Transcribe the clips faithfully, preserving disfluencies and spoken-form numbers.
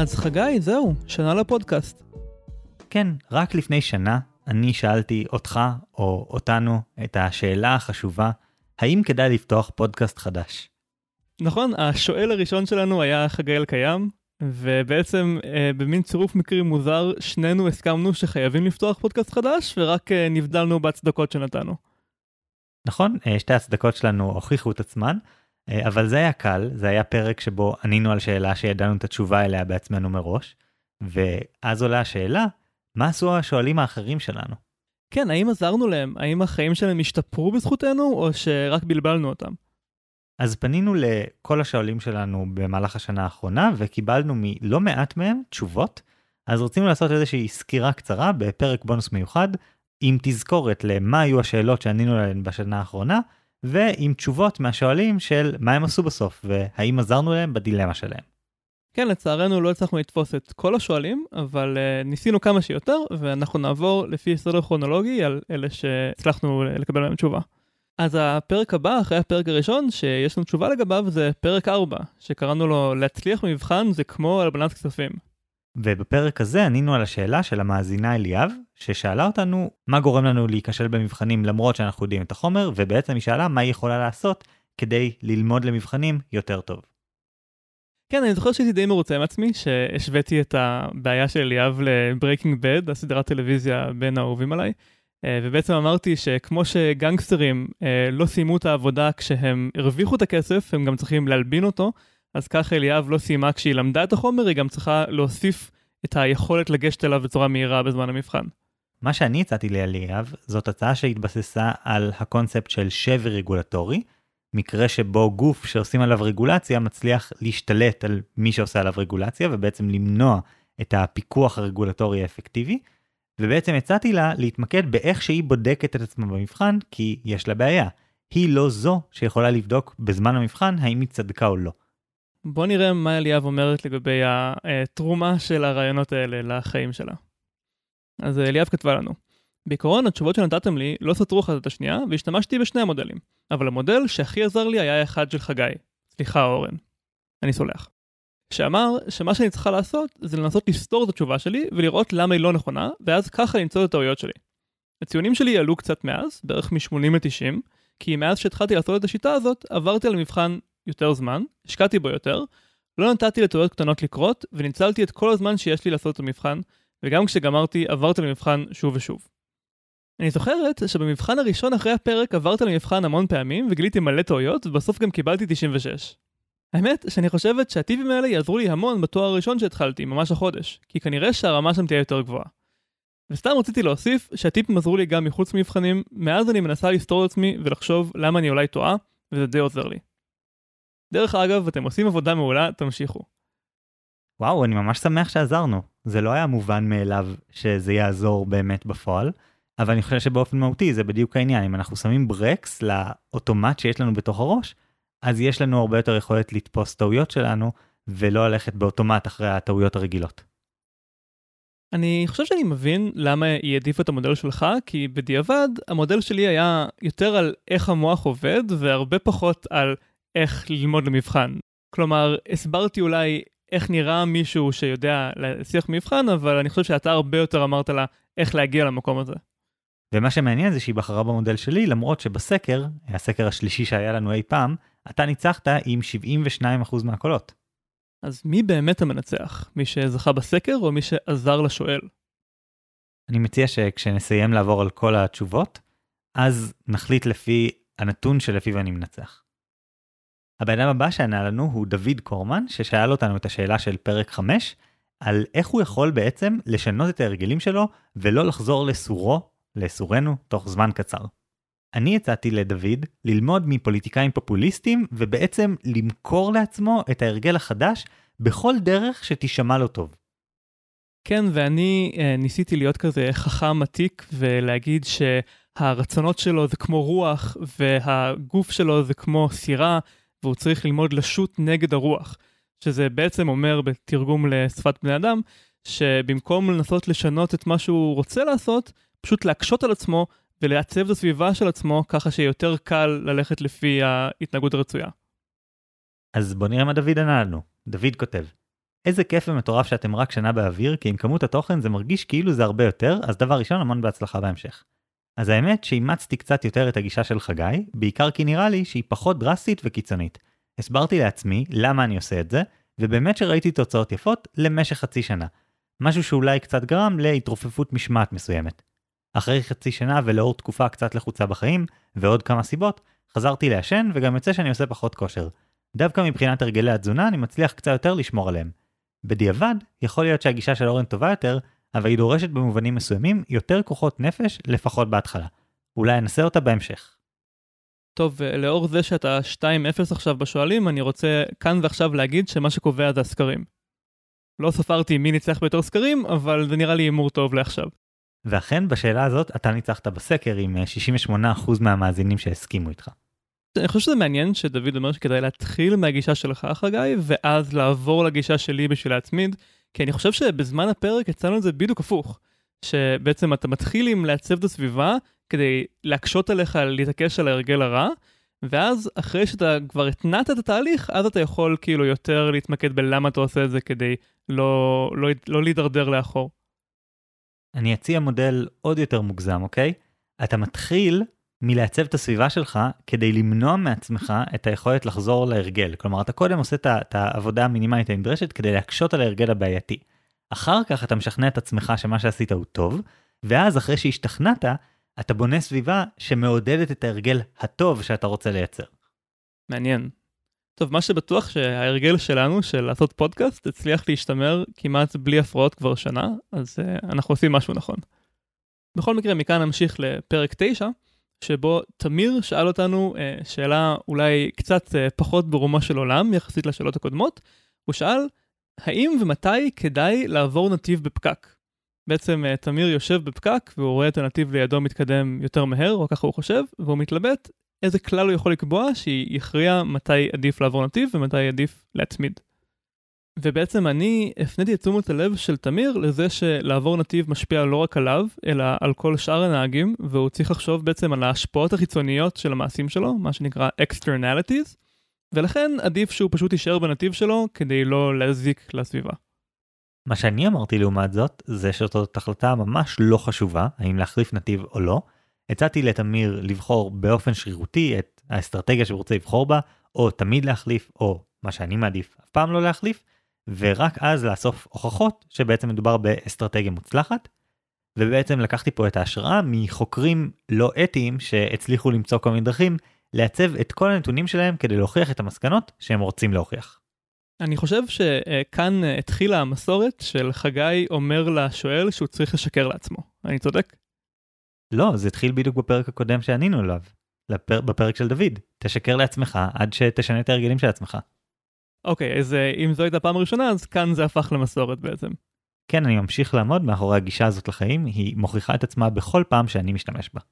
אז חגי, זהו, שנה לפודקאסט. כן, רק לפני שנה אני שאלתי אותך או אותנו את השאלה החשובה, האם כדאי לפתוח פודקאסט חדש? נכון, השואל הראשון שלנו היה חגי אלקיים, ובעצם אה, במין צירוף מקרים מוזר, שנינו הסכמנו שחייבים לפתוח פודקאסט חדש, ורק אה, נבדלנו בהצדקות שנתנו. נכון, שתי הצדקות שלנו הוכיחו את עצמן, אבל זה היה קל, זה היה פרק שבו ענינו על שאלה שידענו את התשובה אליה בעצמנו מראש, ואז עולה השאלה, מה עשו השואלים האחרים שלנו? כן, האם עזרנו להם? האם החיים שלהם השתפרו בזכותנו, או שרק בלבלנו אותם? אז פנינו לכל השואלים שלנו במהלך השנה האחרונה, וקיבלנו מלא מעט מהם תשובות, אז רצינו לעשות איזושהי סקירה קצרה בפרק בונוס מיוחד, עם תזכורת למה היו השאלות שענינו להן בשנה האחרונה, ועם תשובות מהשואלים של מה הם עשו בסוף, והאם עזרנו להם בדילמה שלהם. כן, לצערנו לא הצלחנו לתפוס את כל השואלים, אבל uh, ניסינו כמה שיותר, ואנחנו נעבור לפי סדר כרונולוגי על אלה שהצלחנו לקבל מהם תשובה. אז הפרק הבא, אחרי הפרק הראשון, שיש לנו תשובה לגביו, זה פרק ארבע, שקראנו לו להצליח במבחן זה כמו הלבנת כספים. ובפרק הזה ענינו על השאלה של המאזינה אליאב, ששאלה אותנו מה גורם לנו להיכשל במבחנים למרות שאנחנו יודעים את החומר, ובעצם היא שאלה מה היא יכולה לעשות כדי ללמוד למבחנים יותר טוב. כן, אני זוכר שהייתי די מרוצה עם עצמי, שהשוויתי את הבעיה של אליאב ל-Breaking Bad, הסדרת טלוויזיה בין האהובים עליי, ובעצם אמרתי שכמו שגנגסטרים לא סיימו את העבודה כשהם הרוויחו את הכסף, הם גם צריכים להלבין אותו, אז ככה אליאב לא סיימה כשהיא למדה את החומר, היא גם צריכה להוסיף את היכולת לגשת אליו בצורה מהירה בזמן המבחן. מה שאני הצעתי לאליאב, זאת הצעה שהתבססה על הקונספט של שבר רגולטורי, מקרה שבו גוף שעושים עליו רגולציה מצליח להשתלט על מי שעושה עליו רגולציה, ובעצם למנוע את הפיקוח הרגולטורי האפקטיבי, ובעצם הצעתי לה להתמקד באיך שהיא בודקת את עצמה במבחן, כי יש לה בעיה. היא לא זו שיכולה לבדוק בזמן המבחן האם היא צדקה או לא. בוא נראה מה אליאב אומרת לגבי התרומה של הרעיונות האלה לחיים שלה. אז אליאב כתבה לנו. בעיקרון, התשובות שנתתם לי לא סתרו אחת את השנייה, והשתמשתי בשני המודלים. אבל המודל שהכי עזר לי היה אחד של חגי. סליחה, אורן. אני סולח. שאמר שמה שאני צריכה לעשות זה לנסות לסתור את התשובה שלי ולראות למה היא לא נכונה, ואז ככה למצוא את הטעויות שלי. הציונים שלי עלו קצת מאז, בערך מ-שמונים ל-תשעים, כי מאז שהתחלתי לעשות את השיטה הזאת, עברתי על מבחן יותר זמן, השקעתי בו יותר, לא נתתי לטעויות קטנות לקרות, וניצלתי את כל הזמן שיש לי לעשות את המבחן, וגם כשגמרתי עברתי למבחן שוב ושוב. אני זוכרת שבמבחן הראשון אחרי הפרק עברתי למבחן המון פעמים, וגיליתי מלא טעויות, ובסוף גם קיבלתי תשעים ושש. האמת שאני חושבת שהטיפים האלה יעזרו לי המון בתואר הראשון שהתחלתי, ממש החודש, כי כנראה שהרמה שם תהיה יותר גבוהה. וסתם רציתי להוסיף שהטיפים עזרו לי גם מחוץ מבחנים, מאז אני מנסה לסתור את עצמי ולחשוב למה אני אולי טועה, וזה די עוזר לי. דרך אגב, אתם עושים עבודה מעולה, תמשיכו. וואו, אני ממש שמח שעזרנו. זה לא היה מובן מאליו שזה יעזור באמת בפועל, אבל אני חושב שבאופן מהותי זה בדיוק העניין. אם אנחנו שמים ברקס לאוטומט שיש לנו בתוך הראש, אז יש לנו הרבה יותר יכולת לתפוס טעויות שלנו, ולא ללכת באוטומט אחרי הטעויות הרגילות. אני חושב שאני מבין למה היא העדיפה את המודל שלך, כי בדיעבד המודל שלי היה יותר על איך המוח עובד, והרבה פחות על איך ללמוד למבחן. כלומר, הסברתי אולי איך נראה מישהו שיודע להצליח מבחן, אבל אני חושב שאתה הרבה יותר אמרת לה איך להגיע למקום הזה. ומה שמעניין זה שהיא בחרה במודל שלי, למרות שבסקר, הסקר השלישי שהיה לנו אי פעם, אתה ניצחת עם שבעים ושניים אחוז מהקולות. אז מי באמת המנצח? מי שזכה בסקר או מי שעזר לשואל? אני מציע שכשנסיים לעבור על כל התשובות, אז נחליט לפי הנתון שלפיו אני מנצח. הבן אדם הבא שענה לנו הוא דוד קורמן, ששאל אותנו את השאלה של פרק חמש, על איך הוא יכול בעצם לשנות את ההרגלים שלו, ולא לחזור לסורו, לסורנו, תוך זמן קצר. אני הצעתי לדוד ללמוד מפוליטיקאים פופוליסטים, ובעצם למכור לעצמו את ההרגל החדש, בכל דרך שתשמע לו טוב. כן, ואני אה, ניסיתי להיות כזה חכם עתיק, ולהגיד שהרצונות שלו זה כמו רוח, והגוף שלו זה כמו סירה, והוא צריך ללמוד לשוט נגד הרוח, שזה בעצם אומר בתרגום לשפת בני אדם, שבמקום לנסות לשנות את מה שהוא רוצה לעשות, פשוט להקשות על עצמו, ולעצב את הסביבה של עצמו, ככה שיותר קל ללכת לפי ההתנהגות הרצויה. אז בוא נראה מה דוד ענה לנו. דוד כותב, איזה כיף ומטורף שאתם רק שנה באוויר, כי עם כמות התוכן זה מרגיש כאילו זה הרבה יותר, אז דבר ראשון, המון בהצלחה בהמשך. אז האמת שאימצתי קצת יותר את הגישה של חגי, בעיקר כי נראה לי שהיא פחות דרסטית וקיצונית. הסברתי לעצמי למה אני עושה את זה, ובאמת שראיתי תוצאות יפות למשך חצי שנה. משהו שאולי קצת גרם להתרופפות משמעת מסוימת. אחרי חצי שנה ולאור תקופה קצת לחוצה בחיים, ועוד כמה סיבות, חזרתי לעשן וגם יוצא שאני עושה פחות כושר. דווקא מבחינת הרגלי התזונה אני מצליח קצת יותר לשמור עליהם. בדיעבד, יכול להיות שהגישה של אורן טובה יותר, אבל היא דורשת במובנים מסוימים יותר כוחות נפש, לפחות בהתחלה. אולי אנסה אותה בהמשך. טוב, לאור זה שאתה שתיים אפס עכשיו בשואלים, אני רוצה כאן ועכשיו להגיד שמה שקובע זה הסקרים. לא ספרתי מי ניצח ביותר סקרים, אבל זה נראה לי אימור טוב לעכשיו. ואכן, בשאלה הזאת, אתה ניצחת בסקר עם שישים ושמונה אחוז מהמאזינים שהסכימו איתך. אני חושב שזה מעניין שדוד אומר שכדאי להתחיל מהגישה שלך, חגי, ואז לעבור לגישה שלי בשביל להצמיד, כי אני חושב שבזמן הפרק הצענו את זה בדיוק הפוך, שבעצם אתה מתחיל עם לעצב את הסביבה, כדי להקשות עליך להתעקש על ההרגל הרע, ואז אחרי שאתה כבר התנעת את התהליך, אז אתה יכול כאילו יותר להתמקד בלמה אתה עושה את זה, כדי לא, לא, לא להידרדר לאחור. אני אציע מודל עוד יותר מוגזם, אוקיי? אתה מתחיל מלעצב את הסביבה שלך כדי למנוע מעצמך את היכולת לחזור להרגל. כלומר, אתה קודם עושה את העבודה המינימלית הנדרשת כדי להקשות על ההרגל הבעייתי. אחר כך אתה משכנע את עצמך שמה שעשית הוא טוב, ואז אחרי שהשתכנעת, אתה בונה סביבה שמעודדת את ההרגל הטוב שאתה רוצה לייצר. מעניין. טוב, מה שבטוח שההרגל שלנו של לעשות פודקאסט הצליח להשתמר כמעט בלי הפרעות כבר שנה, אז uh, אנחנו עושים משהו נכון. בכל מקרה, מכאן נמשיך לפרק תשע, שבו תמיר שאל אותנו uh, שאלה אולי קצת uh, פחות ברומה של עולם, יחסית לשאלות הקודמות. הוא שאל, האם ומתי כדאי לעבור נתיב בפקק? בעצם uh, תמיר יושב בפקק, והוא רואה את הנתיב לידו מתקדם יותר מהר, או ככה הוא חושב, והוא מתלבט איזה כלל הוא יכול לקבוע שיכריע מתי עדיף לעבור נתיב ומתי עדיף להצמיד. ובעצם אני הפניתי את תשומת הלב של תמיר לזה שלעבור נתיב משפיע לא רק עליו, אלא על כל שאר הנהגים, והוא צריך לחשוב בעצם על ההשפעות החיצוניות של המעשים שלו, מה שנקרא externalities, ולכן עדיף שהוא פשוט יישאר בנתיב שלו כדי לא להזיק לסביבה. מה שאני אמרתי לעומת זאת, זה שזאת החלטה ממש לא חשובה, האם להחליף נתיב או לא. הצעתי לתמיר לבחור באופן שרירותי את האסטרטגיה שהוא רוצה לבחור בה, או תמיד להחליף, או מה שאני מעדיף, אף פעם לא להחליף, ורק אז לאסוף הוכחות שבעצם מדובר באסטרטגיה מוצלחת, ובעצם לקחתי פה את ההשראה מחוקרים לא אתיים שהצליחו למצוא כל מיני דרכים, לעצב את כל הנתונים שלהם כדי להוכיח את המסקנות שהם רוצים להוכיח. אני חושב שכאן התחילה המסורת של חגי אומר לשואל שהוא צריך לשקר לעצמו. אני צודק? לא, זה התחיל בדיוק בפרק הקודם שענינו עליו, לפר... בפרק של דוד. תשקר לעצמך עד שתשנה את ההרגלים של עצמך. אוקיי, אז אם זו הייתה פעם ראשונה, אז כאן זה הפך למסורת בעצם. כן, אני ממשיך לעמוד מאחורי הגישה הזאת לחיים, היא מוכיחה את עצמה בכל פעם שאני משתמש בה.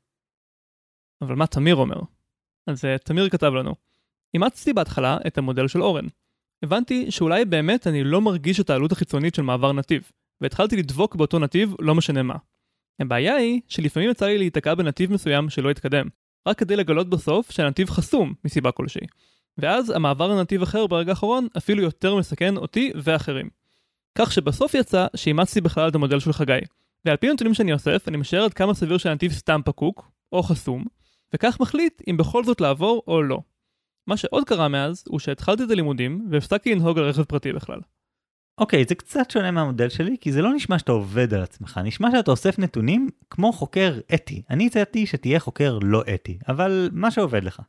אבל מה תמיר אומר? אז תמיר כתב לנו, אימצתי בהתחלה את המודל של אורן. הבנתי שאולי באמת אני לא מרגיש את העלות החיצונית של מעבר נתיב, והתחלתי לדבוק באותו נתיב לא משנה מה. הבעיה היא שלפעמים יצא לי להיתקע בנתיב מסוים שלא יתקדם, רק כדי לגלות בסוף שהנתיב חסום מסיבה כלשהי. ואז המעבר לנתיב אחר ברגע האחרון אפילו יותר מסכן אותי ואחרים. כך שבסוף יצא שאימצתי בכלל את המודל של חגי. ועל פי הנתונים שאני אוסף, אני משער עד כמה סביר שהנתיב סתם פקוק, או חסום, וכך מחליט אם בכל זאת לעבור או לא. מה שעוד קרה מאז, הוא שהתחלתי את הלימודים, והפסקתי לנהוג על רכב פרטי בכלל. אוקיי, זה קצת שונה מהמודל שלי, כי זה לא נשמע שאתה עובד על עצמך, נשמע שאתה אוסף נתונים כמו חוקר אתי. אני הצעתי שתהיה חוקר לא אתי, אבל מה שעובד לך.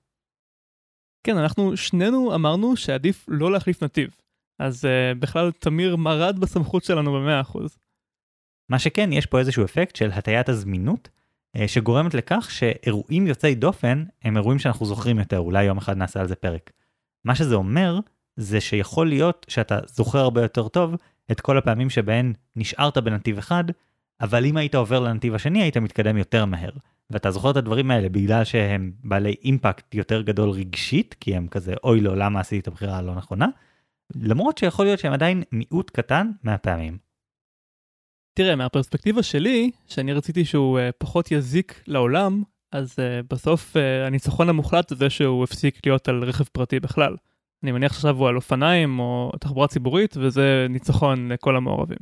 כן, אנחנו שנינו אמרנו שעדיף לא להחליף נתיב, אז uh, בכלל תמיר מרד בסמכות שלנו ב-מאה אחוז. מה שכן, יש פה איזשהו אפקט של הטיית הזמינות, uh, שגורמת לכך שאירועים יוצאי דופן הם אירועים שאנחנו זוכרים יותר, אולי יום אחד נעשה על זה פרק. מה שזה אומר, זה שיכול להיות שאתה זוכר הרבה יותר טוב את כל הפעמים שבהן נשארת בנתיב אחד, אבל אם היית עובר לנתיב השני, היית מתקדם יותר מהר. ואתה זוכר את הדברים האלה בגלל שהם בעלי אימפקט יותר גדול רגשית, כי הם כזה, אוי לא, למה עשיתי את הבחירה הלא נכונה, למרות שיכול להיות שהם עדיין מיעוט קטן מהפעמים. תראה, מהפרספקטיבה שלי, שאני רציתי שהוא uh, פחות יזיק לעולם, אז uh, בסוף uh, הניצחון המוחלט זה שהוא הפסיק להיות על רכב פרטי בכלל. אני מניח שעכשיו הוא על אופניים או תחבורה ציבורית, וזה ניצחון לכל המעורבים.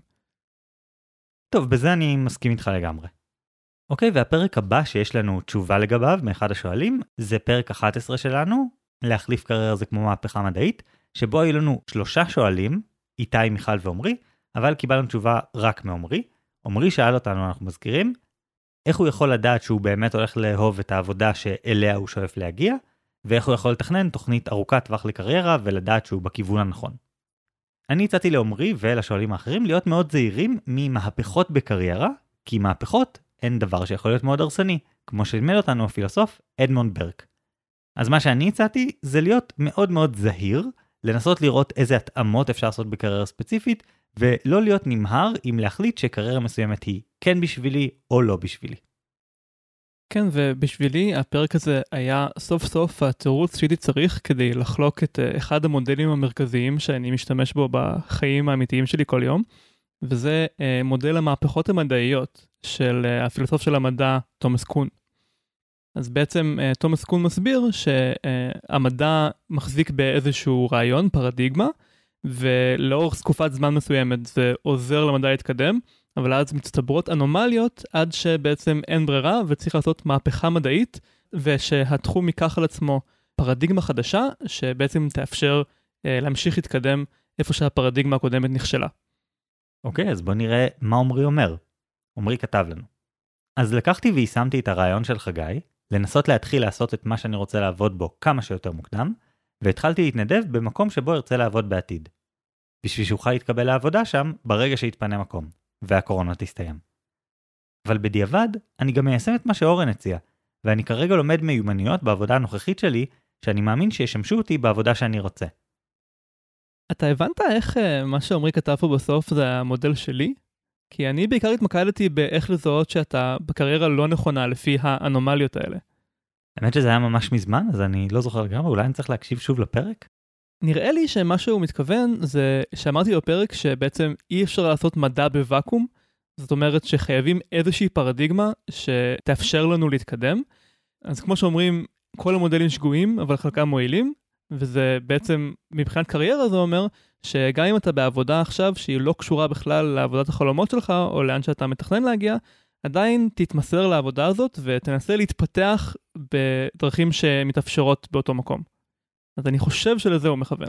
טוב, בזה אני מסכים איתך לגמרי. אוקיי, והפרק הבא שיש לנו תשובה לגביו מאחד השואלים, זה פרק אחת עשרה שלנו, להחליף קריירה זה כמו מהפכה מדעית, שבו היו לנו שלושה שואלים, איתי, מיכל ועומרי, אבל קיבלנו תשובה רק מעומרי. עומרי שאל אותנו, אנחנו מזכירים, איך הוא יכול לדעת שהוא באמת הולך לאהוב את העבודה שאליה הוא שואף להגיע, ואיך הוא יכול לתכנן תוכנית ארוכת טווח לקריירה ולדעת שהוא בכיוון הנכון. אני הצעתי לעומרי ולשואלים האחרים להיות מאוד זהירים ממהפכות בקריירה, כי מהפכות הן דבר שיכול להיות מאוד הרסני, כמו שלימד אותנו הפילוסוף אדמונד ברק. אז מה שאני הצעתי זה להיות מאוד מאוד זהיר, לנסות לראות איזה התאמות אפשר לעשות בקריירה ספציפית, ולא להיות נמהר אם להחליט שקריירה מסוימת היא כן בשבילי או לא בשבילי. כן, ובשבילי הפרק הזה היה סוף סוף התירוץ שהייתי צריך כדי לחלוק את אחד המודלים המרכזיים שאני משתמש בו בחיים האמיתיים שלי כל יום, וזה מודל המהפכות המדעיות של הפילוסוף של המדע תומאס קון. אז בעצם תומאס קון מסביר שהמדע מחזיק באיזשהו רעיון, פרדיגמה, ולאורך תקופת זמן מסוימת זה עוזר למדע להתקדם, אבל אז מצטברות אנומליות עד שבעצם אין ברירה וצריך לעשות מהפכה מדעית, ושהתחום ייקח על עצמו פרדיגמה חדשה, שבעצם תאפשר אה, להמשיך להתקדם איפה שהפרדיגמה הקודמת נכשלה. אוקיי, אז בוא נראה מה עומרי אומר. עומרי כתב לנו. אז לקחתי ויישמתי את הרעיון של חגי, לנסות להתחיל לעשות את מה שאני רוצה לעבוד בו כמה שיותר מוקדם, והתחלתי להתנדב במקום שבו ארצה לעבוד בעתיד. בשביל שאוכל להתקבל לעבודה שם ברגע שיתפנה מקום, והקורונה תסתיים. אבל בדיעבד, אני גם מיישם את מה שאורן הציע, ואני כרגע לומד מיומנויות בעבודה הנוכחית שלי, שאני מאמין שישמשו אותי בעבודה שאני רוצה. אתה הבנת איך מה שעומרי כתב פה בסוף זה המודל שלי? כי אני בעיקר התמקדתי באיך לזהות שאתה בקריירה לא נכונה לפי האנומליות האלה. האמת שזה היה ממש מזמן, אז אני לא זוכר לגמרי, אולי אני צריך להקשיב שוב לפרק? נראה לי שמה שהוא מתכוון זה שאמרתי בפרק שבעצם אי אפשר לעשות מדע בוואקום, זאת אומרת שחייבים איזושהי פרדיגמה שתאפשר לנו להתקדם. אז כמו שאומרים, כל המודלים שגויים, אבל חלקם מועילים, וזה בעצם מבחינת קריירה זה אומר שגם אם אתה בעבודה עכשיו שהיא לא קשורה בכלל לעבודת החלומות שלך או לאן שאתה מתכנן להגיע, עדיין תתמסר לעבודה הזאת ותנסה להתפתח בדרכים שמתאפשרות באותו מקום. אז אני חושב שלזה הוא מכוון.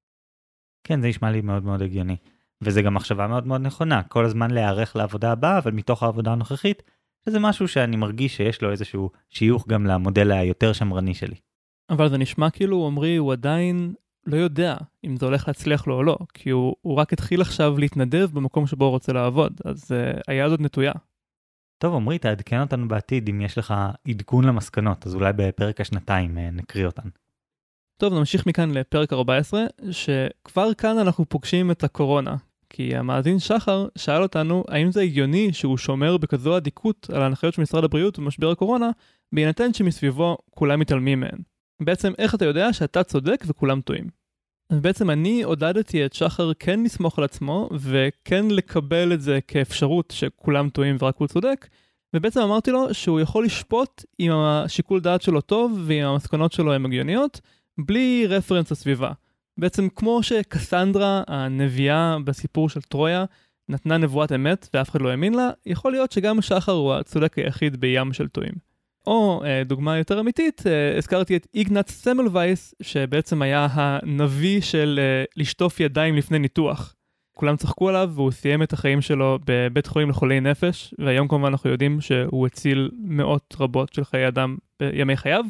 כן, זה נשמע לי מאוד מאוד הגיוני. וזה גם מחשבה מאוד מאוד נכונה. כל הזמן להיערך לעבודה הבאה, אבל מתוך העבודה הנוכחית, שזה משהו שאני מרגיש שיש לו איזשהו שיוך גם למודל היותר שמרני שלי. אבל זה נשמע כאילו, עומרי, הוא עדיין לא יודע אם זה הולך להצליח לו או לא, כי הוא, הוא רק התחיל עכשיו להתנדב במקום שבו הוא רוצה לעבוד, אז uh, היד עוד נטויה. טוב, עומרי, תעדכן אותנו בעתיד אם יש לך עדכון למסקנות, אז אולי בפרק השנתיים נקריא אותן. טוב, נמשיך מכאן לפרק ארבע עשרה, שכבר כאן אנחנו פוגשים את הקורונה, כי המאזין שחר שאל אותנו האם זה הגיוני שהוא שומר בכזו עדיקות על ההנחיות של משרד הבריאות במשבר הקורונה, בהינתן שמסביבו כולם מתעלמים מהן. בעצם איך אתה יודע שאתה צודק וכולם טועים? אז בעצם אני עודדתי את שחר כן לסמוך על עצמו, וכן לקבל את זה כאפשרות שכולם טועים ורק הוא צודק, ובעצם אמרתי לו שהוא יכול לשפוט אם השיקול דעת שלו טוב ואם המסקנות שלו הן הגיוניות, בלי רפרנס לסביבה. בעצם כמו שקסנדרה, הנביאה בסיפור של טרויה, נתנה נבואת אמת ואף אחד לא האמין לה, יכול להיות שגם שחר הוא הצודק היחיד בים של טועים. או דוגמה יותר אמיתית, הזכרתי את איגנץ סמלווייס, שבעצם היה הנביא של לשטוף ידיים לפני ניתוח. כולם צחקו עליו והוא סיים את החיים שלו בבית חולים לחולי נפש, והיום כמובן אנחנו יודעים שהוא הציל מאות רבות של חיי אדם בימי חייו,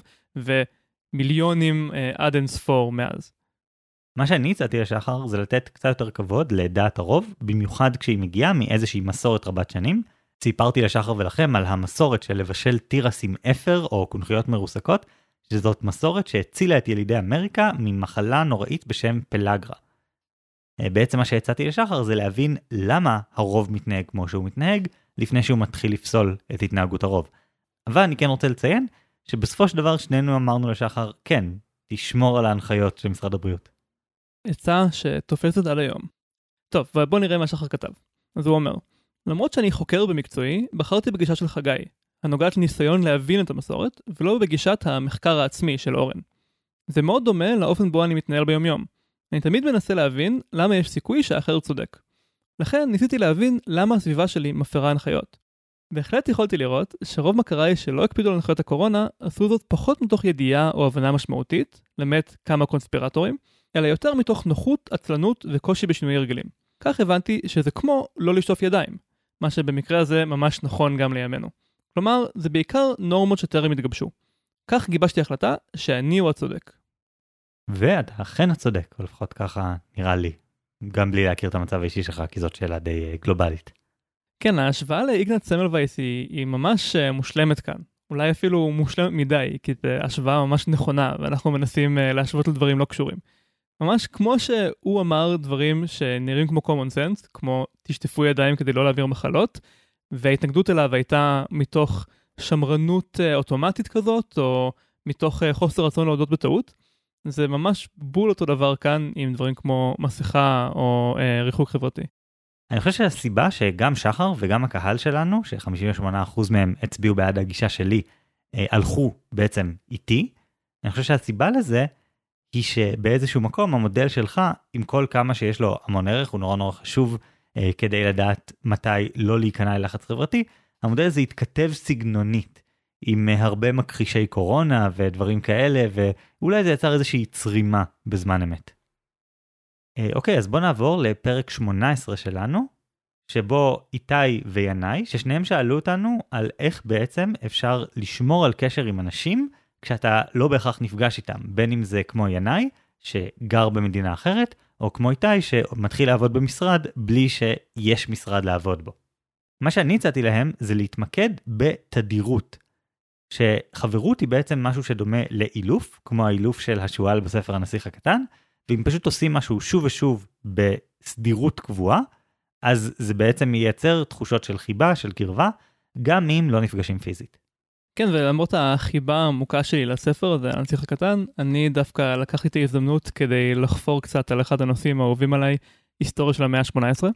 ומיליונים עד אין ספור מאז. מה שאני הצעתי לשחר זה לתת קצת יותר כבוד לדעת הרוב, במיוחד כשהיא מגיעה מאיזושהי מסורת רבת שנים. סיפרתי לשחר ולכם על המסורת של לבשל תירס עם אפר או קונכיות מרוסקות, שזאת מסורת שהצילה את ילידי אמריקה ממחלה נוראית בשם פלגרה. בעצם מה שהצעתי לשחר זה להבין למה הרוב מתנהג כמו שהוא מתנהג, לפני שהוא מתחיל לפסול את התנהגות הרוב. אבל אני כן רוצה לציין שבסופו של דבר שנינו אמרנו לשחר, כן, תשמור על ההנחיות של משרד הבריאות. עצה שתופסת עד היום. טוב, ובוא נראה מה שחר כתב. אז הוא אומר, למרות שאני חוקר במקצועי, בחרתי בגישה של חגי, הנוגעת לניסיון להבין את המסורת, ולא בגישת המחקר העצמי של אורן. זה מאוד דומה לאופן בו אני מתנהל ביומיום. אני תמיד מנסה להבין למה יש סיכוי שהאחר צודק. לכן ניסיתי להבין למה הסביבה שלי מפרה הנחיות. בהחלט יכולתי לראות שרוב מכריי שלא הקפידו על הנחיות הקורונה עשו זאת פחות מתוך ידיעה או הבנה משמעותית, למעט כמה קונספירטורים, אלא יותר מתוך נוחות, עצלנות וקושי בשינוי הרגלים. כך הבנתי שזה כמו לא לשטוף ידיים, מה שבמקרה הזה ממש נכון גם לימינו. כלומר, זה בעיקר נורמות שטרם התגבשו. כך גיבשתי החלטה שאני הוא הצודק. ואתה אכן הצודק, או לפחות ככה נראה לי, גם בלי להכיר את המצב האישי שלך, כי זאת שאלה די גלובלית. כן, ההשוואה לאיגנץ סמלווייס היא, היא ממש מושלמת כאן. אולי אפילו מושלמת מדי, כי זו השוואה ממש נכונה, ואנחנו מנסים להשוות לדברים לא קשורים. ממש כמו שהוא אמר דברים שנראים כמו common sense, כמו תשטפו ידיים כדי לא להעביר מחלות, וההתנגדות אליו הייתה מתוך שמרנות אוטומטית כזאת, או מתוך חוסר רצון להודות בטעות. זה ממש בול אותו דבר כאן עם דברים כמו מסכה או אה, ריחוק חברתי. אני חושב שהסיבה שגם שחר וגם הקהל שלנו, ש-חמישים ושמונה אחוז מהם הצביעו בעד הגישה שלי, אה, הלכו בעצם איתי, אני חושב שהסיבה לזה היא שבאיזשהו מקום המודל שלך, עם כל כמה שיש לו המון ערך, הוא נורא נורא חשוב אה, כדי לדעת מתי לא להיכנע ללחץ חברתי, המודל הזה יתכתב סגנונית, עם הרבה מכחישי קורונה ודברים כאלה, ואולי זה יצר איזושהי צרימה בזמן אמת. אוקיי, אז בוא נעבור לפרק שמונה עשרה שלנו, שבו איתי וינאי, ששניהם שאלו אותנו על איך בעצם אפשר לשמור על קשר עם אנשים, כשאתה לא בהכרח נפגש איתם, בין אם זה כמו ינאי, שגר במדינה אחרת, או כמו איתי, שמתחיל לעבוד במשרד, בלי שיש משרד לעבוד בו. מה שאני הצעתי להם זה להתמקד בתדירות, שחברות היא בעצם משהו שדומה לאילוף, כמו האילוף של השועל בספר הנסיך הקטן, ואם פשוט עושים משהו שוב ושוב בסדירות קבועה, אז זה בעצם ייצר תחושות של חיבה, של קרבה, גם אם לא נפגשים פיזית. כן, ולמרות החיבה העמוקה שלי לספר הזה, הנסיך הקטן, אני דווקא לקחתי את ההזדמנות כדי לחפור קצת על אחד הנושאים האהובים עליי, היסטוריה של המאה ה-שמונה עשרה,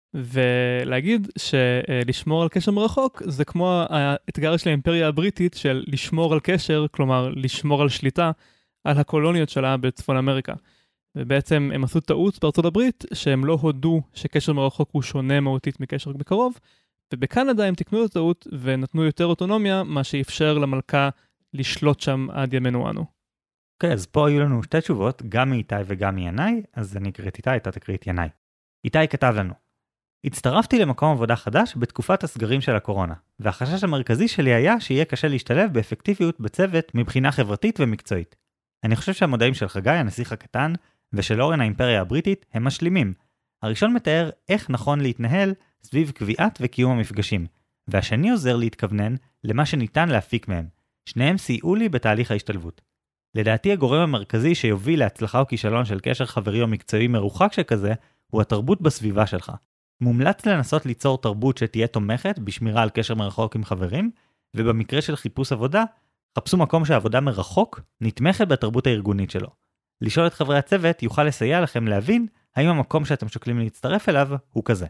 ולהגיד שלשמור על קשר מרחוק זה כמו האתגר של האימפריה הבריטית של לשמור על קשר, כלומר לשמור על שליטה על הקולוניות שלה בצפון אמריקה. ובעצם הם עשו טעות בארצות הברית שהם לא הודו שקשר מרחוק הוא שונה מהותית מקשר בקרוב, ובקנדה הם תקנו את הטעות ונתנו יותר אוטונומיה, מה שאפשר למלכה לשלוט שם עד ימינו אנו. אוקיי, okay, אז פה היו לנו שתי תשובות, גם מאיתי וגם מינאי, אז אני אקריא את איתי, אתה תקריא את ינאי. איתי כתב לנו, הצטרפתי למקום עבודה חדש בתקופת הסגרים של הקורונה, והחשש המרכזי שלי היה שיהיה קשה להשתלב באפקטיביות בצוות מבחינה חברתית ומקצועית. אני חושב שהמודלים של חגי, הנסיך הקטן, ושל אורן האימפריה הבריטית הם משלימים. הראשון מתאר איך נכון להתנהל סביב קביעת וקיום המפגשים, והשני עוזר להתכוונן למה שניתן להפיק מהם. שניהם סייעו לי בתהליך ההשתלבות. לדעתי הגורם המרכזי שיוביל להצלחה או כישלון של קשר חברי או מקצועי מרוחק שכזה, הוא התרבות בסביבה שלך. מומלץ לנסות ליצור תרבות שתהיה תומכת בשמירה על קשר מרחוק עם חברים, ובמקרה של חיפוש עבודה, חפשו מקום שהעבודה מרחוק נתמכת בתרבות הארגונית שלו. לשאול את חברי הצוות יוכל לסייע לכם להבין האם המקום שאתם שוקלים להצטרף אליו הוא כזה.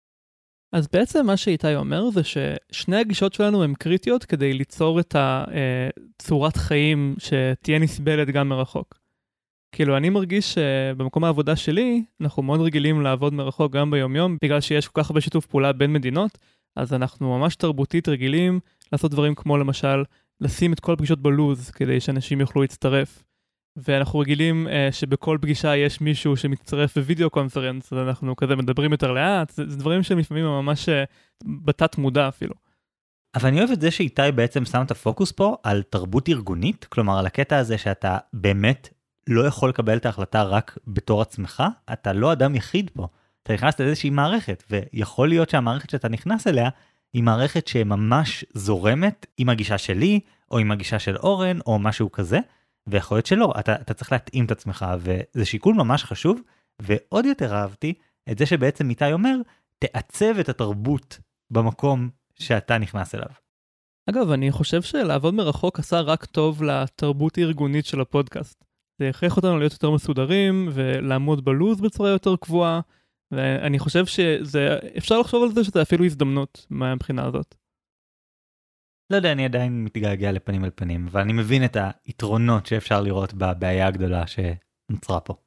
אז בעצם מה שאיתי אומר זה ששני הגישות שלנו הן קריטיות כדי ליצור את הצורת חיים שתהיה נסבלת גם מרחוק. כאילו אני מרגיש שבמקום העבודה שלי אנחנו מאוד רגילים לעבוד מרחוק גם ביומיום, בגלל שיש כל כך הרבה שיתוף פעולה בין מדינות, אז אנחנו ממש תרבותית רגילים לעשות דברים כמו למשל לשים את כל הפגישות בלוז כדי שאנשים יוכלו להצטרף. ואנחנו רגילים uh, שבכל פגישה יש מישהו שמצטרף בווידאו קונפרנס, אז אנחנו כזה מדברים יותר לאט, זה, זה דברים שלפעמים ממש uh, בתת מודע אפילו. אבל אני אוהב את זה שאיתי בעצם שם את הפוקוס פה על תרבות ארגונית, כלומר על הקטע הזה שאתה באמת לא יכול לקבל את ההחלטה רק בתור עצמך, אתה לא אדם יחיד פה, אתה נכנס לאיזושהי מערכת, ויכול להיות שהמערכת שאתה נכנס אליה, היא מערכת שממש זורמת עם הגישה שלי, או עם הגישה של אורן, או משהו כזה, ויכול להיות שלא, אתה, אתה צריך להתאים את עצמך, וזה שיקול ממש חשוב, ועוד יותר אהבתי את זה שבעצם איתי אומר, תעצב את התרבות במקום שאתה נכנס אליו. אגב, אני חושב שלעבוד מרחוק עשה רק טוב לתרבות הארגונית של הפודקאסט. זה הכריח אותנו להיות יותר מסודרים, ולעמוד בלוז בצורה יותר קבועה, ואני חושב שזה, אפשר לחשוב על זה שזה אפילו הזדמנות מהבחינה הזאת. לא יודע, אני עדיין מתגעגע לפנים על פנים, אבל אני מבין את היתרונות שאפשר לראות בבעיה הגדולה שנוצרה פה.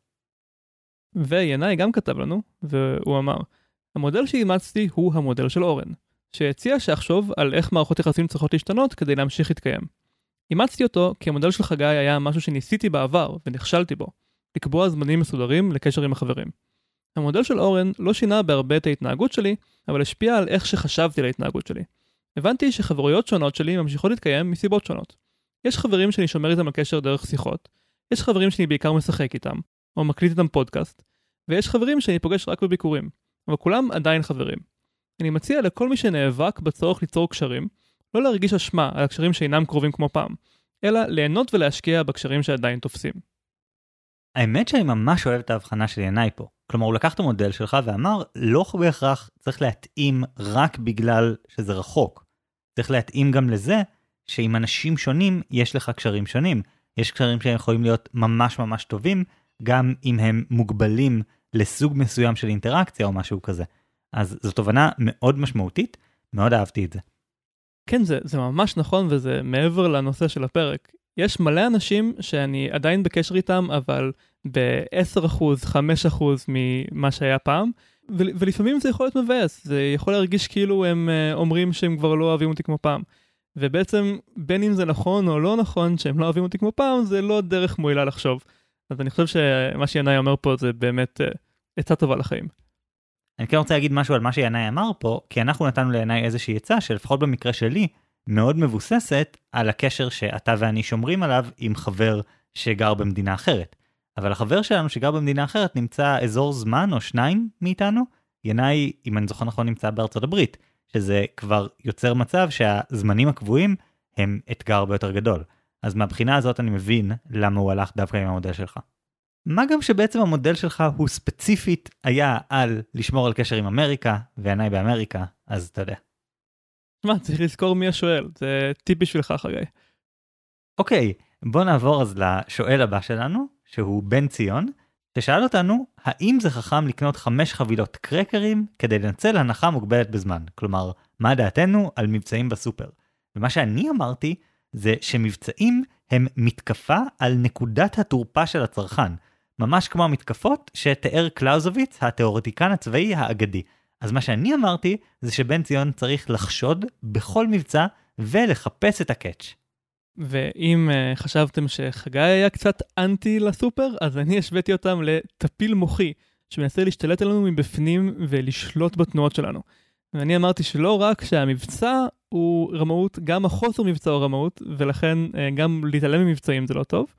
וינאי גם כתב לנו, והוא אמר, המודל שאימצתי הוא המודל של אורן, שהציע שאחשוב על איך מערכות יחסים צריכות להשתנות כדי להמשיך להתקיים. אימצתי אותו כי המודל של חגי היה משהו שניסיתי בעבר ונכשלתי בו, לקבוע זמנים מסודרים לקשר עם החברים. המודל של אורן לא שינה בהרבה את ההתנהגות שלי, אבל השפיע על איך שחשבתי על ההתנהגות שלי. הבנתי שחברויות שונות שלי ממשיכות להתקיים מסיבות שונות. יש חברים שאני שומר איתם על קשר דרך שיחות, יש חברים שאני בעיקר משחק איתם, או מקליט איתם פודקאסט, ויש חברים שאני פוגש רק בביקורים, אבל כולם עדיין חברים. אני מציע לכל מי שנאבק בצורך ליצור קשרים, לא להרגיש אשמה על הקשרים שאינם קרובים כמו פעם, אלא ליהנות ולהשקיע בקשרים שעדיין תופסים. האמת שאני ממש אוהב את ההבחנה של ינאי פה. כלומר, הוא לקח את המודל שלך ואמר, לא בהכרח צריך להתאים רק בגלל שזה רחוק. צריך להתאים גם לזה שעם אנשים שונים יש לך קשרים שונים. יש קשרים שהם יכולים להיות ממש ממש טובים, גם אם הם מוגבלים לסוג מסוים של אינטראקציה או משהו כזה. אז זו תובנה מאוד משמעותית, מאוד אהבתי את זה. כן, זה, זה ממש נכון, וזה מעבר לנושא של הפרק. יש מלא אנשים שאני עדיין בקשר איתם, אבל ב-עשרה אחוז, חמישה אחוז ממה שהיה פעם, ו- ולפעמים זה יכול להיות מבאס, זה יכול להרגיש כאילו הם uh, אומרים שהם כבר לא אוהבים אותי כמו פעם. ובעצם, בין אם זה נכון או לא נכון שהם לא אוהבים אותי כמו פעם, זה לא דרך מועילה לחשוב. אז אני חושב שמה שינאי אומר פה זה באמת uh, עצה טובה לחיים. אני כן רוצה להגיד משהו על מה שינאי אמר פה, כי אנחנו נתנו לינאי איזושהי עצה, שלפחות במקרה שלי, מאוד מבוססת על הקשר שאתה ואני שומרים עליו עם חבר שגר במדינה אחרת. אבל החבר שלנו שגר במדינה אחרת נמצא אזור זמן או שניים מאיתנו. ינאי, אם אני זוכר נכון, נמצא בארצות הברית, שזה כבר יוצר מצב שהזמנים הקבועים הם אתגר ביותר גדול. אז מהבחינה הזאת אני מבין למה הוא הלך דווקא עם המודל שלך. מה גם שבעצם המודל שלך הוא ספציפית היה על לשמור על קשר עם אמריקה, וינאי באמריקה, אז אתה יודע. מה, צריך לזכור מי השואל, זה טיפ בשבילך חגי. אוקיי, בוא נעבור אז לשואל הבא שלנו, שהוא בן ציון, ששאל אותנו, האם זה חכם לקנות חמש חבילות קרקרים כדי לנצל הנחה מוגבלת בזמן? כלומר, מה דעתנו על מבצעים בסופר? ומה שאני אמרתי, זה שמבצעים הם מתקפה על נקודת התורפה של הצרכן, ממש כמו המתקפות שתיאר קלאוזוביץ, התיאורטיקן הצבאי האגדי. אז מה שאני אמרתי, זה שבן ציון צריך לחשוד בכל מבצע ולחפש את הקאץ'. ואם uh, חשבתם שחגי היה קצת אנטי לסופר, אז אני השוויתי אותם לטפיל מוחי, שמנסה להשתלט עלינו מבפנים ולשלוט בתנועות שלנו. ואני אמרתי שלא רק שהמבצע הוא רמאות, גם החוסר מבצע הוא רמאות, ולכן uh, גם להתעלם ממבצעים זה לא טוב.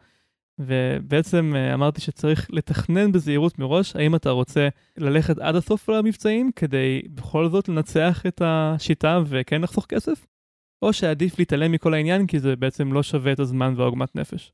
ובעצם uh, אמרתי שצריך לתכנן בזהירות מראש, האם אתה רוצה ללכת עד הסוף למבצעים, כדי בכל זאת לנצח את השיטה וכן לחסוך כסף? או שעדיף להתעלם מכל העניין, כי זה בעצם לא שווה את הזמן והעוגמת נפש.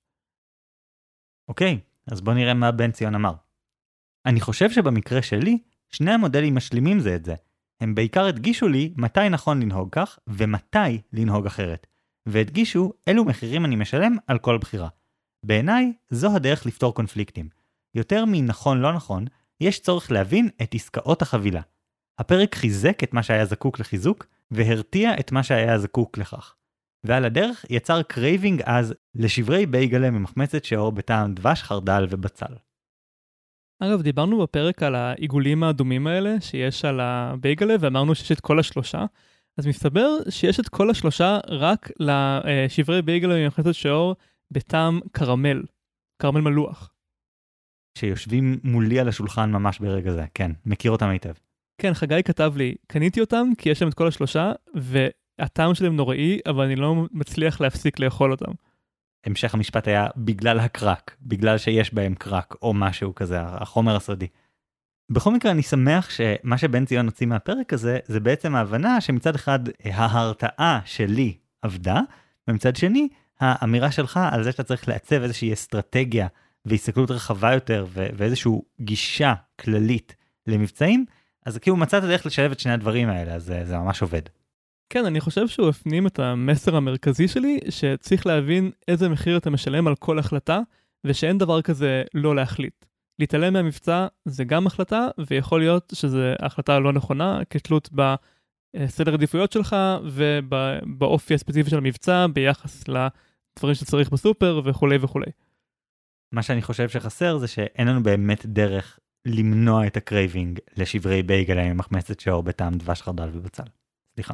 אוקיי, אז בוא נראה מה בן ציון אמר. אני חושב שבמקרה שלי, שני המודלים משלימים זה את זה. הם בעיקר הדגישו לי מתי נכון לנהוג כך, ומתי לנהוג אחרת. והדגישו אילו מחירים אני משלם על כל בחירה. בעיניי, זו הדרך לפתור קונפליקטים. יותר מנכון לא נכון, יש צורך להבין את עסקאות החבילה. הפרק חיזק את מה שהיה זקוק לחיזוק, והרתיע את מה שהיה זקוק לכך. ועל הדרך יצר קרייבינג אז לשברי בייגלה ממחמצת שעור בטעם דבש, חרדל ובצל. אגב, דיברנו בפרק על העיגולים האדומים האלה שיש על הבייגלה, ואמרנו שיש את כל השלושה. אז מסתבר שיש את כל השלושה רק לשברי בייגלה ממחמצת שעור בטעם קרמל, קרמל מלוח. שיושבים מולי על השולחן ממש ברגע זה, כן, מכיר אותם היטב. כן, חגי כתב לי, קניתי אותם כי יש להם את כל השלושה, והטעם שלהם נוראי, אבל אני לא מצליח להפסיק לאכול אותם. המשך המשפט היה בגלל הקרק, בגלל שיש בהם קרק או משהו כזה, החומר הסודי. בכל מקרה אני שמח שמה שבן ציון הוציא מהפרק הזה, זה בעצם ההבנה שמצד אחד ההרתעה שלי עבדה, ומצד שני האמירה שלך על זה שאתה צריך לעצב איזושהי אסטרטגיה והסתכלות רחבה יותר ו- ואיזושהי גישה כללית למבצעים, אז כאילו מצאת הדרך לשלב את שני הדברים האלה, אז זה, זה ממש עובד. כן, אני חושב שהוא הפנים את המסר המרכזי שלי, שצריך להבין איזה מחיר אתה משלם על כל החלטה, ושאין דבר כזה לא להחליט. להתעלם מהמבצע זה גם החלטה, ויכול להיות שזו החלטה לא נכונה, כתלות בסדר עדיפויות שלך ובאופי הספציפי של המבצע ביחס לדברים שצריך בסופר וכולי וכולי. מה שאני חושב שחסר זה שאין לנו באמת דרך למנוע את הקרייבינג לשברי בייגל עם מחמצת שור בטעם דבש חרדל ובצל. סליחה.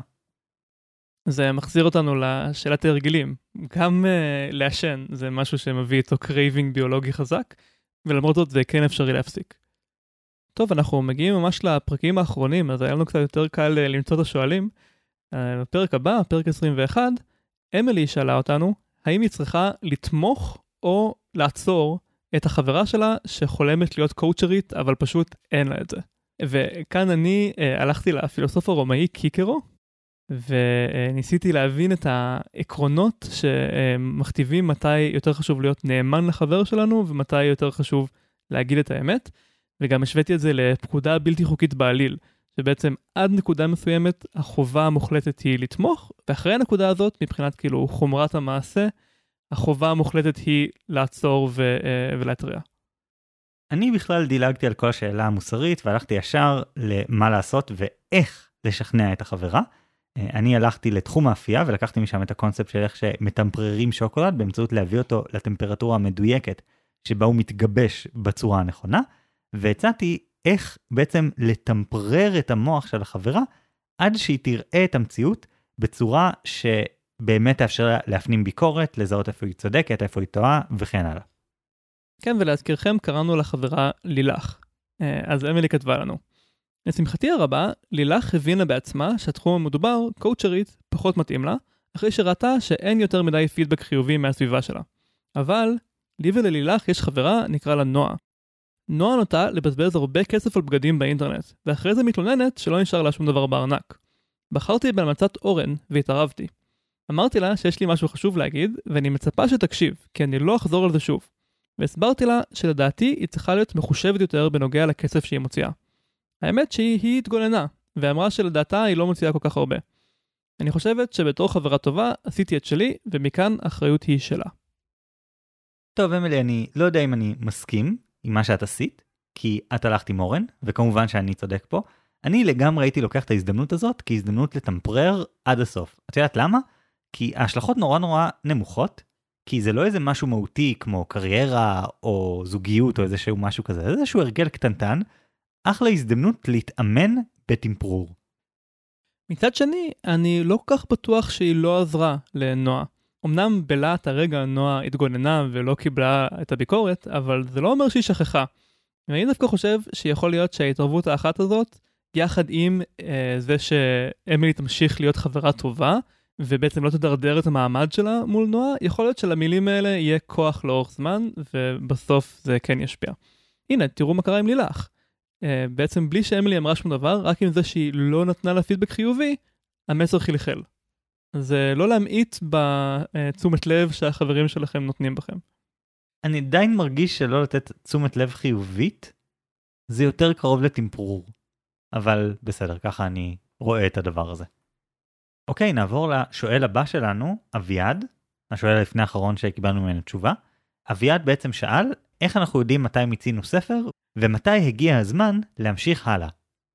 זה מחזיר אותנו לשאלת ההרגלים. גם uh, לעשן זה משהו שמביא איתו קרייבינג ביולוגי חזק, ולמרות זאת זה כן אפשרי להפסיק. טוב, אנחנו מגיעים ממש לפרקים האחרונים, אז היה לנו קצת יותר קל למצוא את השואלים. בפרק הבא, פרק עשרים ואחת, אמילי שאלה אותנו, האם היא צריכה לתמוך או לעצור את החברה שלה שחולמת להיות קואוצ'רית, אבל פשוט אין לה את זה. וכאן אני uh, הלכתי לפילוסוף הרומאי קיקרו, וניסיתי להבין את העקרונות שמכתיבים מתי יותר חשוב להיות נאמן לחבר שלנו, ומתי יותר חשוב להגיד את האמת. וגם השוויתי את זה לפקודה בלתי חוקית בעליל, שבעצם עד נקודה מסוימת החובה המוחלטת היא לתמוך, ואחרי הנקודה הזאת, מבחינת כאילו חומרת המעשה, החובה המוחלטת היא לעצור ו- ולהתריע. אני בכלל דילגתי על כל השאלה המוסרית, והלכתי ישר למה לעשות ואיך לשכנע את החברה. אני הלכתי לתחום האפייה, ולקחתי משם את הקונספט של איך שמטמפררים שוקולד, באמצעות להביא אותו לטמפרטורה המדויקת, שבה הוא מתגבש בצורה הנכונה, והצעתי איך בעצם לטמפרר את המוח של החברה, עד שהיא תראה את המציאות בצורה שבאמת תאפשר לה להפנים ביקורת, לזהות איפה היא צודקת, איפה היא טועה, וכן הלאה. כן, ולהזכירכם קראנו לחברה לילך. אז אמילי כתבה לנו. לשמחתי הרבה, לילך הבינה בעצמה שהתחום המדובר, קואוצ'רית, פחות מתאים לה, אחרי שראתה שאין יותר מדי פידבק חיובי מהסביבה שלה. אבל, לי וללילך יש חברה, נקרא לה נועה. נועה נוטה לבזבז הרבה כסף על בגדים באינטרנט, ואחרי זה מתלוננת שלא נשאר לה שום דבר בארנק. בחרתי בהמלצת אורן והתערבתי. אמרתי לה שיש לי משהו חשוב להגיד, ואני מצפה שתקשיב, כי אני לא אחזור על זה שוב. והסברתי לה שלדעתי היא צריכה להיות מחושבת יותר בנוגע לכסף שהיא מוציאה. האמת שהיא היא התגוננה, ואמרה שלדעתה היא לא מוציאה כל כך הרבה. אני חושבת שבתור חברה טובה עשיתי את שלי, ומכאן האחריות היא שלה. טוב, אמילי, אני לא יודע אם אני מסכים עם מה שאת עשית, כי את הלכת עם אורן, וכמובן שאני צודק פה. אני לגמרי הייתי לוקח את ההזדמנות הזאת כהזדמנות לטמפרר עד הסוף. את יודעת למה? כי ההשלכות נורא נורא נמוכות, כי זה לא איזה משהו מהותי כמו קריירה או זוגיות או איזשהו משהו כזה, זה איזשהו הרגל קטנטן, אחלה הזדמנות להתאמן בטמפרור. מצד שני, אני לא כל כך בטוח שהיא לא עזרה לנועה. אמנם בלעת הרגע נועה התגוננה ולא קיבלה את הביקורת, אבל זה לא אומר שהיא שכחה. ואני דווקא חושב שיכול להיות שההתערבות האחת הזאת, יחד עם אה, זה שאמילי תמשיך להיות חברה טובה, ובעצם לא תדרדר את המעמד שלה מול נועה, יכול להיות שלמילים האלה יהיה כוח לאורך זמן, ובסוף זה כן ישפיע. הנה, תראו מה קרה עם לילך. Uh, בעצם בלי שאמילי אמרה שום דבר, רק עם זה שהיא לא נתנה לה פידבק חיובי, המסר חלחל. זה לא להמעיט בתשומת לב שהחברים שלכם נותנים בכם. אני עדיין מרגיש שלא לתת תשומת לב חיובית, זה יותר קרוב לטמפרור. אבל בסדר, ככה אני רואה את הדבר הזה. אוקיי, נעבור לשואל הבא שלנו, אביעד, השואל לפני האחרון שקיבלנו ממנו תשובה. אביעד בעצם שאל, איך אנחנו יודעים מתי מיצינו ספר, ומתי הגיע הזמן להמשיך הלאה.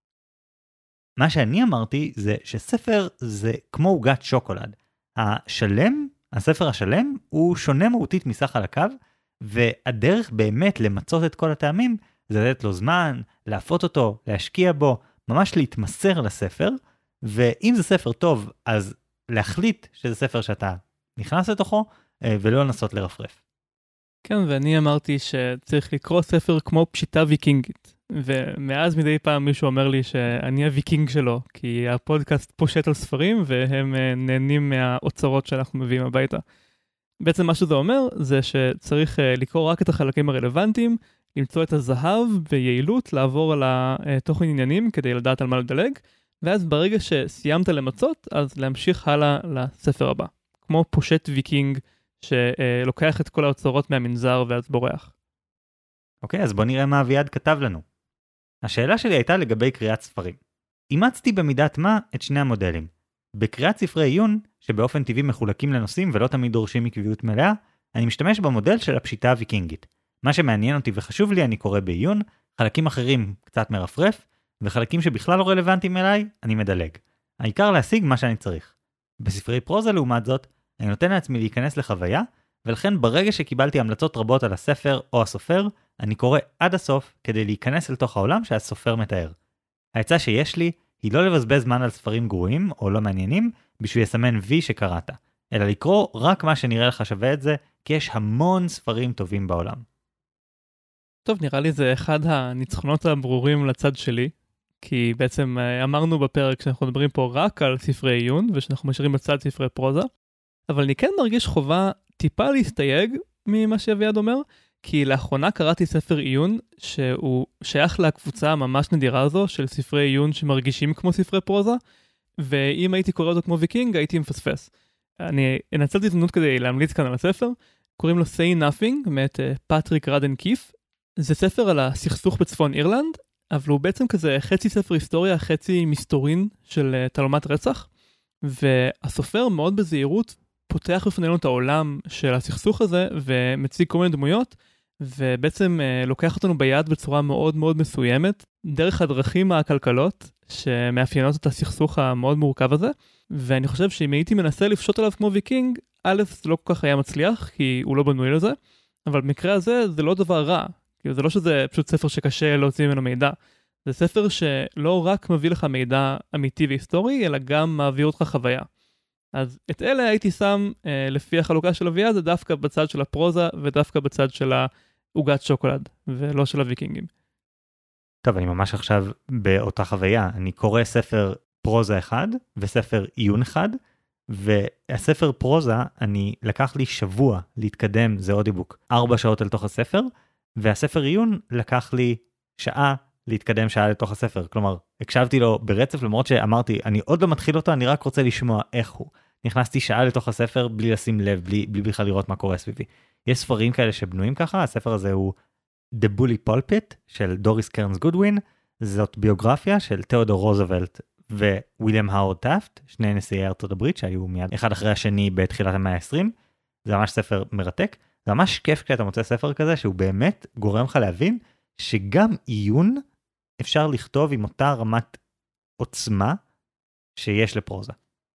מה שאני אמרתי זה שספר זה כמו עוגת שוקולד. השלם, הספר השלם, הוא שונה מהותית מסך חלקיו, והדרך באמת למצות את כל הטעמים, זה לתת לו זמן, להפות אותו, להשקיע בו, ממש להתמסר לספר, ואם זה ספר טוב, אז להחליט שזה ספר שאתה נכנס לתוכו, ולא לנסות לרפרף. כן, ואני אמרתי שצריך לקרוא ספר כמו פשיטה ויקינגית, ומאז מדי פעם מישהו אומר לי שאני הוויקינג שלו, כי הפודקאסט פושט על ספרים, והם נהנים מהאוצרות שאנחנו מביאים הביתה. בעצם מה שזה אומר, זה שצריך לקרוא רק את החלקים הרלוונטיים, למצוא את הזהב ביעילות, לעבור על התוכן עניינים כדי לדעת על מה לדלג, ואז ברגע שסיימת למצות, אז להמשיך הלאה לספר הבא. כמו פושט ויקינג, שלוקח את כל האוצרות מהמנזר ואז בורח. אוקיי, אז בוא נראה מה אביעד כתב לנו. השאלה שלי הייתה לגבי קריאת ספרים. אימצתי במידת מה את שני המודלים. בקריאת ספרי עיון, שבאופן טבעי מחולקים לנושאים ולא תמיד דורשים עקביות מלאה, אני משתמש במודל של הפשיטה הוויקינגית. מה שמעניין אותי וחשוב לי אני קורא בעיון, חלקים אחרים קצת מרפרף, וחלקים שבכלל לא רלוונטיים אליי, אני מדלג. העיקר להשיג מה שאני צריך. בספרי פרוזה לעומת זאת, אני נותן לעצמי להיכנס לחוויה, ולכן ברגע שקיבלתי המלצות רבות על הספר או הסופר, אני קורא עד הסוף כדי להיכנס לתוך העולם שהסופר מתאר. העצה שיש לי היא לא לבזבז זמן על ספרים גרועים או לא מעניינים בשביל לסמן וי שקראת, אלא לקרוא רק מה שנראה לך שווה את זה, כי יש המון ספרים טובים בעולם. טוב, נראה לי זה אחד הניצחונות הברורים לצד שלי, כי בעצם אמרנו בפרק שאנחנו מדברים פה רק על ספרי עיון, ושאנחנו משאירים בצד ספרי פרוזה, אבל אני כן מרגיש חובה טיפה להסתייג ממה שאביעד אומר, כי לאחרונה קראתי ספר עיון שהוא שייך לקבוצה הממש נדירה הזו של ספרי עיון שמרגישים כמו ספרי פרוזה, ואם הייתי קורא אותו כמו ויקינג הייתי מפספס. אני אנצל את הזדמנות כדי להמליץ כאן על הספר, קוראים לו Say Nothing, מאת פטריק רדן קיף. זה ספר על הסכסוך בצפון אירלנד, אבל הוא בעצם כזה חצי ספר היסטוריה, חצי מסתורין של תעלומת רצח, והסופר מאוד בזהירות פותח בפנינו את העולם של הסכסוך הזה, ומציג כל מיני דמויות, ובעצם אה, לוקח אותנו ביד בצורה מאוד מאוד מסוימת, דרך הדרכים הכלכלות, שמאפיינות את הסכסוך המאוד מורכב הזה, ואני חושב שאם הייתי מנסה לפשוט עליו כמו ויקינג, א', זה לא כל כך היה מצליח, כי הוא לא בנוי לזה, אבל במקרה הזה זה לא דבר רע, כי זה לא שזה פשוט ספר שקשה להוציא ממנו מידע, זה ספר שלא רק מביא לך מידע אמיתי והיסטורי, אלא גם מעביר אותך חוויה. אז את אלה הייתי שם, אה, לפי החלוקה של אביעד, זה דווקא בצד של הפרוזה, ודווקא בצד של העוגת שוקולד, ולא של הוויקינגים. טוב, אני ממש עכשיו באותה חוויה. אני קורא ספר פרוזה אחד, וספר עיון אחד, והספר פרוזה, אני לקח לי שבוע להתקדם, זה אודיבוק, ארבע שעות אל תוך הספר, והספר עיון לקח לי שעה להתקדם שעה לתוך הספר. כלומר, הקשבתי לו ברצף, למרות שאמרתי, אני עוד לא מתחיל אותו, אני רק רוצה לשמוע איך הוא. נכנסתי שעה לתוך הספר בלי לשים לב, בלי, בלי בכלל לראות מה קורה סביבי. יש ספרים כאלה שבנויים ככה, הספר הזה הוא The Bully Pulpit של דוריס קרנס גודווין, זאת ביוגרפיה של תיאודור רוזוולט וויליאם האוורד טאפט, שני נשיאי ארצות הברית שהיו מיד אחד אחרי השני בתחילת המאה ה-עשרים. זה ממש ספר מרתק, זה ממש כיף כשאתה מוצא ספר כזה שהוא באמת גורם לך להבין שגם עיון אפשר לכתוב עם אותה רמת עוצמה שיש לפרוזה.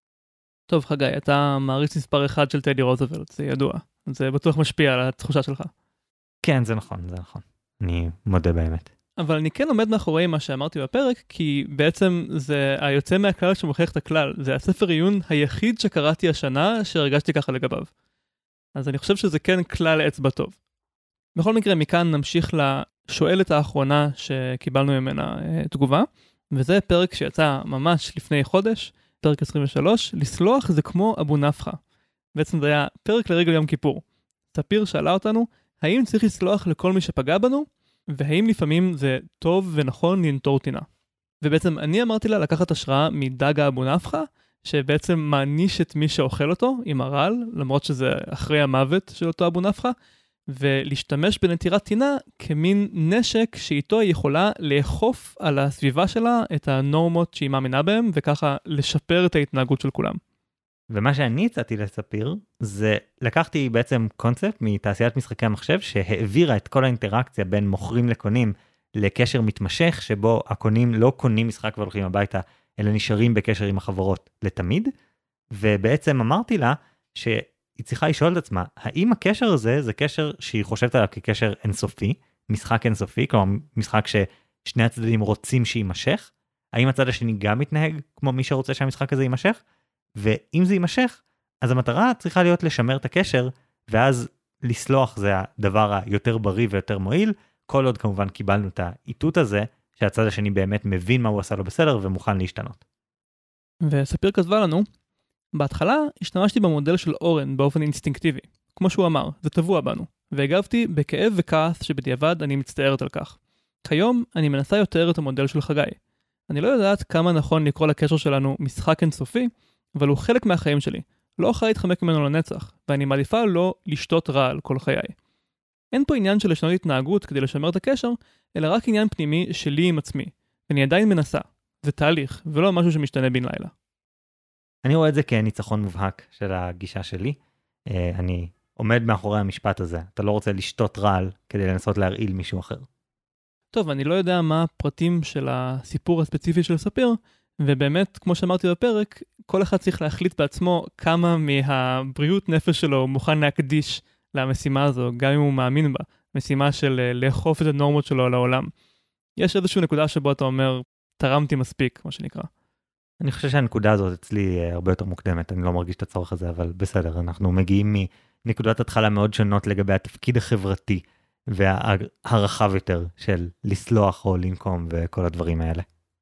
טוב חגי, אתה מעריץ מספר אחד של טדי רוזוולט, זה ידוע. זה בטוח משפיע על התחושה שלך. כן, זה נכון, זה נכון. אני מודה באמת. אבל אני כן עומד מאחורי מה שאמרתי בפרק, כי בעצם זה היוצא מהכלל שמוכיח את הכלל. זה הספר עיון היחיד שקראתי השנה שהרגשתי ככה לגביו. אז אני חושב שזה כן כלל אצבע טוב. בכל מקרה, מכאן נמשיך לשואלת האחרונה שקיבלנו ממנה אה, תגובה, וזה פרק שיצא ממש לפני חודש, פרק עשרים ושלוש, לסלוח זה כמו אבו נפחה. בעצם זה היה פרק לרגל יום כיפור. ספיר שאלה אותנו, האם צריך לסלוח לכל מי שפגע בנו, והאם לפעמים זה טוב ונכון לנטור טינה. ובעצם אני אמרתי לה לקחת השראה מדג האבו נפחה, שבעצם מעניש את מי שאוכל אותו עם הרעל, למרות שזה אחרי המוות של אותו אבו נפחה, ולהשתמש בנטירת טינה כמין נשק שאיתו היא יכולה לאכוף על הסביבה שלה את הנורמות שהיא מאמינה בהם, וככה לשפר את ההתנהגות של כולם. ומה שאני הצעתי לספיר, זה לקחתי בעצם קונספט מתעשיית משחקי המחשב, שהעבירה את כל האינטראקציה בין מוכרים לקונים, לקשר מתמשך, שבו הקונים לא קונים משחק והולכים הביתה, אלא נשארים בקשר עם החברות לתמיד, ובעצם אמרתי לה, שהיא צריכה לשאול את עצמה, האם הקשר הזה, זה קשר שהיא חושבת עליו כקשר אינסופי, משחק אינסופי, כלומר משחק ששני הצדדים רוצים שימשך, האם הצד השני גם מתנהג כמו מי שרוצה שהמשחק הזה יימשך? ואם זה יימשך, אז המטרה צריכה להיות לשמר את הקשר, ואז לסלוח זה הדבר היותר בריא ויותר מועיל, כל עוד כמובן קיבלנו את האיתות הזה, שהצד השני באמת מבין מה הוא עשה לו בסדר, ומוכן להשתנות. וספיר כתבה לנו, בהתחלה השתמשתי במודל של אורן באופן אינסטינקטיבי, כמו שהוא אמר, זה טבוע בנו, והגבתי בכאב וכעס שבדיעבד אני מצטערת על כך. כיום אני מנסה יותר את המודל של חגי. אני לא יודעת כמה נכון לקרוא לקשר שלנו משחק אינסופי, אבל הוא חלק מהחיים שלי. לא אוכל להתחמק ממנו לנצח, ואני מעדיפה לא לשתות רע על כל חיי. אין פה עניין של לשנות התנהגות כדי לשמר את הקשר, אלא רק עניין פנימי שלי עם עצמי. אני עדיין מנסה. זה תהליך, ולא משהו שמשתנה בן לילה. אני רואה את זה כניצחון מובהק של הגישה שלי. אני עומד מאחורי המשפט הזה. אתה לא רוצה לשתות רעל כדי לנסות להרעיל מישהו אחר. טוב, אני לא יודע מה הפרטים של הסיפור הספציפי של ספיר, ובאמת, כמו שאמרתי בפרק, כל אחד צריך להחליט בעצמו כמה מהבריאות נפש שלו הוא מוכן להקדיש למשימה הזו, גם אם הוא מאמין בה, משימה של לאכוף את הנורמות שלו על העולם. יש איזושהי נקודה שבו אתה אומר, תרמתי מספיק, מה שנקרא. אני חושב שהנקודה הזאת אצלי הרבה יותר מוקדמת, אני לא מרגיש את הצורך הזה, אבל בסדר, אנחנו מגיעים מנקודת התחלה מאוד שונות לגבי התפקיד החברתי, והרחב יותר של לסלוח או לנקום וכל הדברים האלה.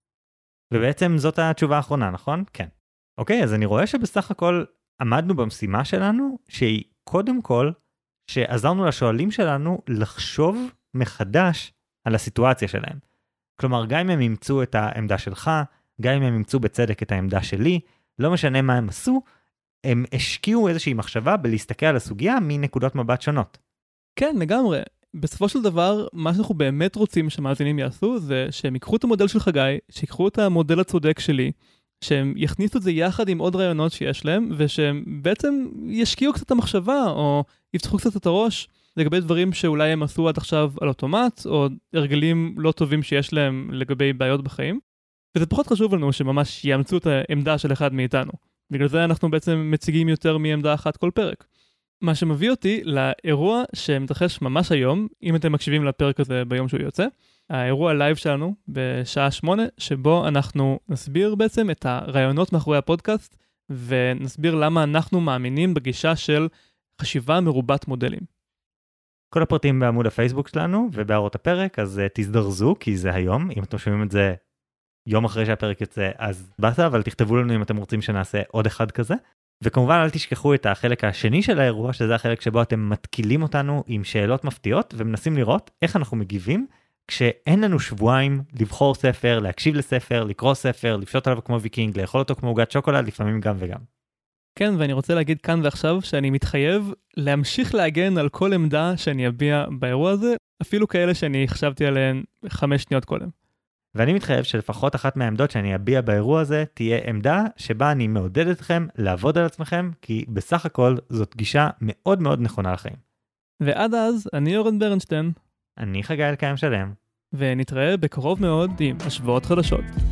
ובעצם זאת התשובה האחרונה, נכון? כן. אוקיי, אז אני רואה שבסך הכל עמדנו במשימה שלנו, שהיא קודם כל, שעזרנו לשואלים שלנו לחשוב מחדש על הסיטואציה שלהם. כלומר, גם אם הם ימצאו את העמדה שלך, גם אם הם ימצאו בצדק את העמדה שלי, לא משנה מה הם עשו, הם השקיעו איזושהי מחשבה בלהסתכל על הסוגיה מנקודות מבט שונות. כן, לגמרי. בסופו של דבר, מה שאנחנו באמת רוצים שמאזינים יעשו, זה שהם ייקחו את המודל של חגי, שיקחו את המודל הצודק שלי, שהם יכניסו את זה יחד עם עוד רעיונות שיש להם, ושהם בעצם ישקיעו קצת את המחשבה, או יפתחו קצת את הראש, לגבי דברים שאולי הם עשו עד עכשיו על אוטומט, או הרגלים לא טובים שיש להם לגבי בעיות בחיים. וזה פחות חשוב לנו שממש יאמצו את העמדה של אחד מאיתנו. בגלל זה אנחנו בעצם מציגים יותר מעמדה אחת כל פרק. מה שמביא אותי לאירוע שמתרחש ממש היום, אם אתם מקשיבים לפרק הזה ביום שהוא יוצא, האירוע לייב שלנו בשעה שמונה, שבו אנחנו נסביר בעצם את הרעיונות מאחורי הפודקאסט, ונסביר למה אנחנו מאמינים בגישה של חשיבה מרובת מודלים. כל הפרטים בעמוד הפייסבוק שלנו ובהערות הפרק, אז uh, תזדרזו, כי זה היום. אם אתם שומעים את זה יום אחרי שהפרק יוצא, אז באת, אבל תכתבו לנו אם אתם רוצים שנעשה עוד אחד כזה. וכמובן אל תשכחו את החלק השני של האירוע, שזה החלק שבו אתם מתקילים אותנו עם שאלות מפתיעות, ומנסים לראות איך אנחנו מגיבים, כשאין לנו שבועיים לבחור ספר, להקשיב לספר, לקרוא ספר, לפשוט עליו כמו ויקינג, לאכול אותו כמו עוגת שוקולד, לפעמים גם וגם. כן, ואני רוצה להגיד כאן ועכשיו שאני מתחייב להמשיך להגן על כל עמדה שאני אביע באירוע הזה, אפילו כאלה שאני חשבתי עליהן חמש שניות קודם. ואני מתחייב שלפחות אחת מהעמדות שאני אביע באירוע הזה תהיה עמדה שבה אני מעודד אתכם לעבוד על עצמכם, כי בסך הכל זאת גישה מאוד מאוד נכונה לחיים. ועד אז, אני אורן ברנשטיין. אני חגי אלקיים שלם. ונתראה בקרוב מאוד עם השוואות חדשות.